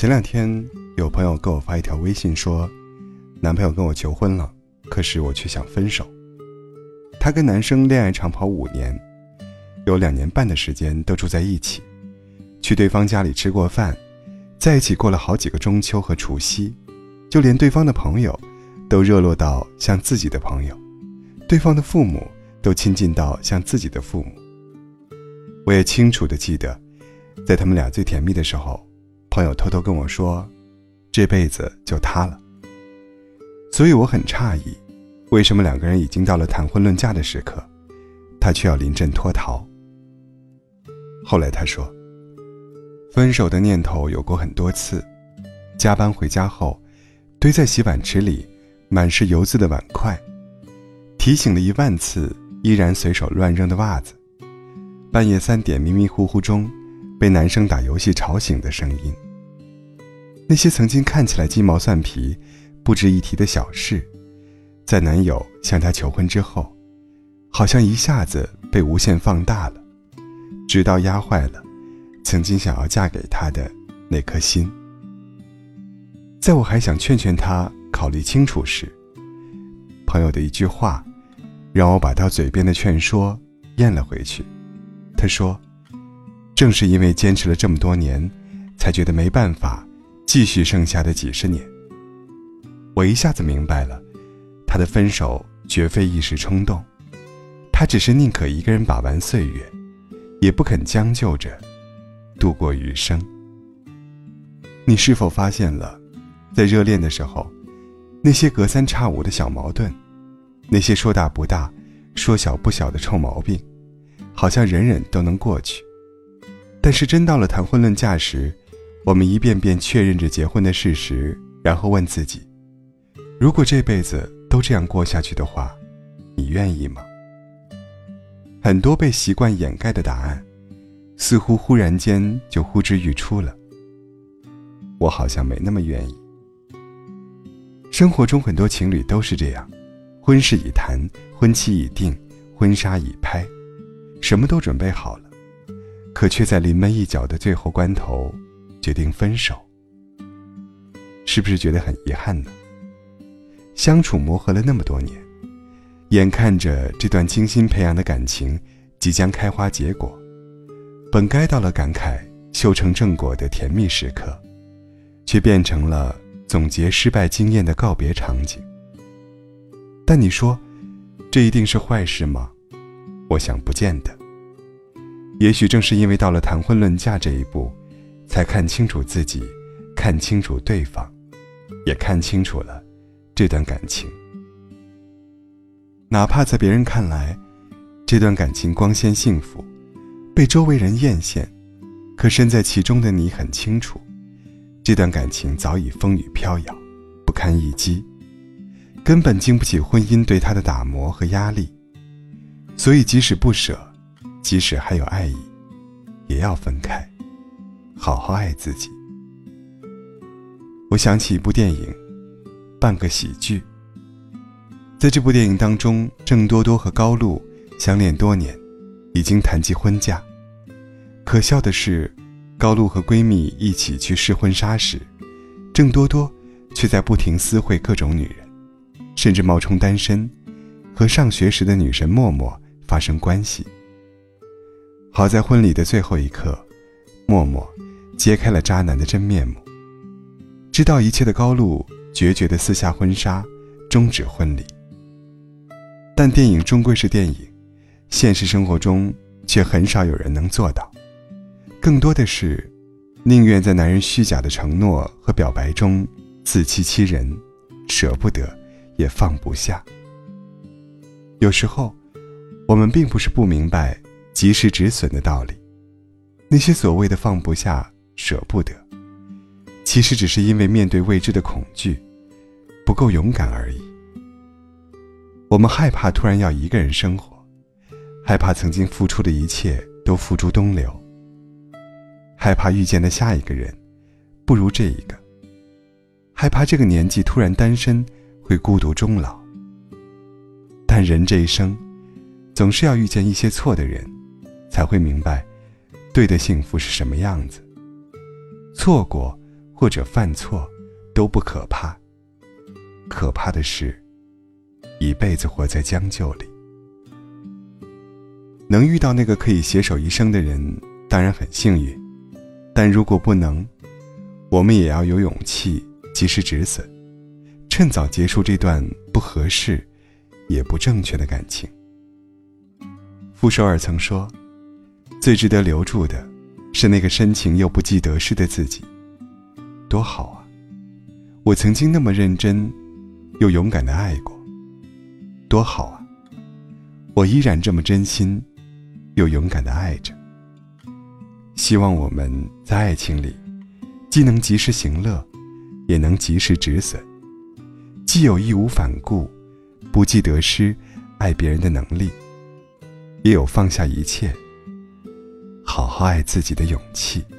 前2天有朋友给我发一条微信说，男朋友跟我求婚了，可是我却想分手。他跟男生恋爱长跑5年，有2年半的时间都住在一起，去对方家里吃过饭，在一起过了好几个中秋和除夕，就连对方的朋友都热络到像自己的朋友，对方的父母都亲近到像自己的父母。我也清楚地记得，在他们俩最甜蜜的时候，朋友偷偷跟我说，这辈子就他了。所以我很诧异，为什么2个人已经到了谈婚论嫁的时刻，他却要临阵脱逃。后来他说，分手的念头有过很多次，加班回家后，堆在洗碗池里满是油渍的碗筷，提醒了1万次依然随手乱扔的袜子，半夜3点迷迷糊糊中被男生打游戏吵醒的声音，那些曾经看起来鸡毛蒜皮不值一提的小事，在男友向她求婚之后，好像一下子被无限放大了，直到压坏了曾经想要嫁给他的那颗心。在我还想劝劝他考虑清楚时，朋友的一句话让我把他嘴边的劝说咽了回去。他说，正是因为坚持了这么多年，才觉得没办法继续剩下的几十年。我一下子明白了，他的分手绝非一时冲动，他只是宁可一个人把玩岁月，也不肯将就着度过余生。你是否发现了，在热恋的时候，那些隔三差五的小矛盾，那些说大不大说小不小的臭毛病，好像人人都能过去，但是真到了谈婚论嫁时，我们一遍遍确认着结婚的事实，然后问自己，如果这辈子都这样过下去的话，你愿意吗？很多被习惯掩盖的答案，似乎忽然间就呼之欲出了。我好像没那么愿意。生活中很多情侣都是这样，婚事已谈，婚期已定，婚纱已拍，什么都准备好了，可却在临门一脚的最后关头决定分手。是不是觉得很遗憾呢？相处磨合了那么多年，眼看着这段精心培养的感情即将开花结果，本该到了感慨修成正果的甜蜜时刻，却变成了总结失败经验的告别场景。但你说，这一定是坏事吗？我想不见得。也许正是因为到了谈婚论嫁这一步，才看清楚自己，看清楚对方，也看清楚了这段感情。哪怕在别人看来，这段感情光鲜幸福，被周围人艳羡，可身在其中的你很清楚，这段感情早已风雨飘摇，不堪一击，根本经不起婚姻对他的打磨和压力。所以即使不舍，即使还有爱意，也要分开，好好爱自己。我想起一部电影，半个喜剧。在这部电影当中，郑多多和高露相恋多年，已经谈及婚嫁。可笑的是，高露和闺蜜一起去试婚纱时，郑多多却在不停私会各种女人，甚至冒充单身，和上学时的女神默默发生关系。好在婚礼的最后一刻，默默揭开了渣男的真面目。知道一切的高露决绝地撕下婚纱，终止婚礼。但电影终归是电影，现实生活中却很少有人能做到，更多的是宁愿在男人虚假的承诺和表白中自欺欺人，舍不得也放不下。有时候我们并不是不明白及时止损的道理，那些所谓的放不下舍不得，其实只是因为面对未知的恐惧不够勇敢而已。我们害怕突然要一个人生活，害怕曾经付出的一切都付诸东流，害怕遇见的下一个人不如这一个，害怕这个年纪突然单身会孤独终老。但人这一生总是要遇见一些错的人，才会明白对的幸福是什么样子。错过或者犯错都不可怕，可怕的是一辈子活在将就里。能遇到那个可以携手一生的人当然很幸运，但如果不能，我们也要有勇气及时止损，趁早结束这段不合适也不正确的感情。傅首尔曾说，最值得留住的是那个深情又不计得失的自己。多好啊，我曾经那么认真又勇敢地爱过。多好啊，我依然这么真心又勇敢地爱着。希望我们在爱情里既能及时行乐，也能及时止损，既有义无反顾不计得失爱别人的能力，也有放下一切好好爱自己的勇气。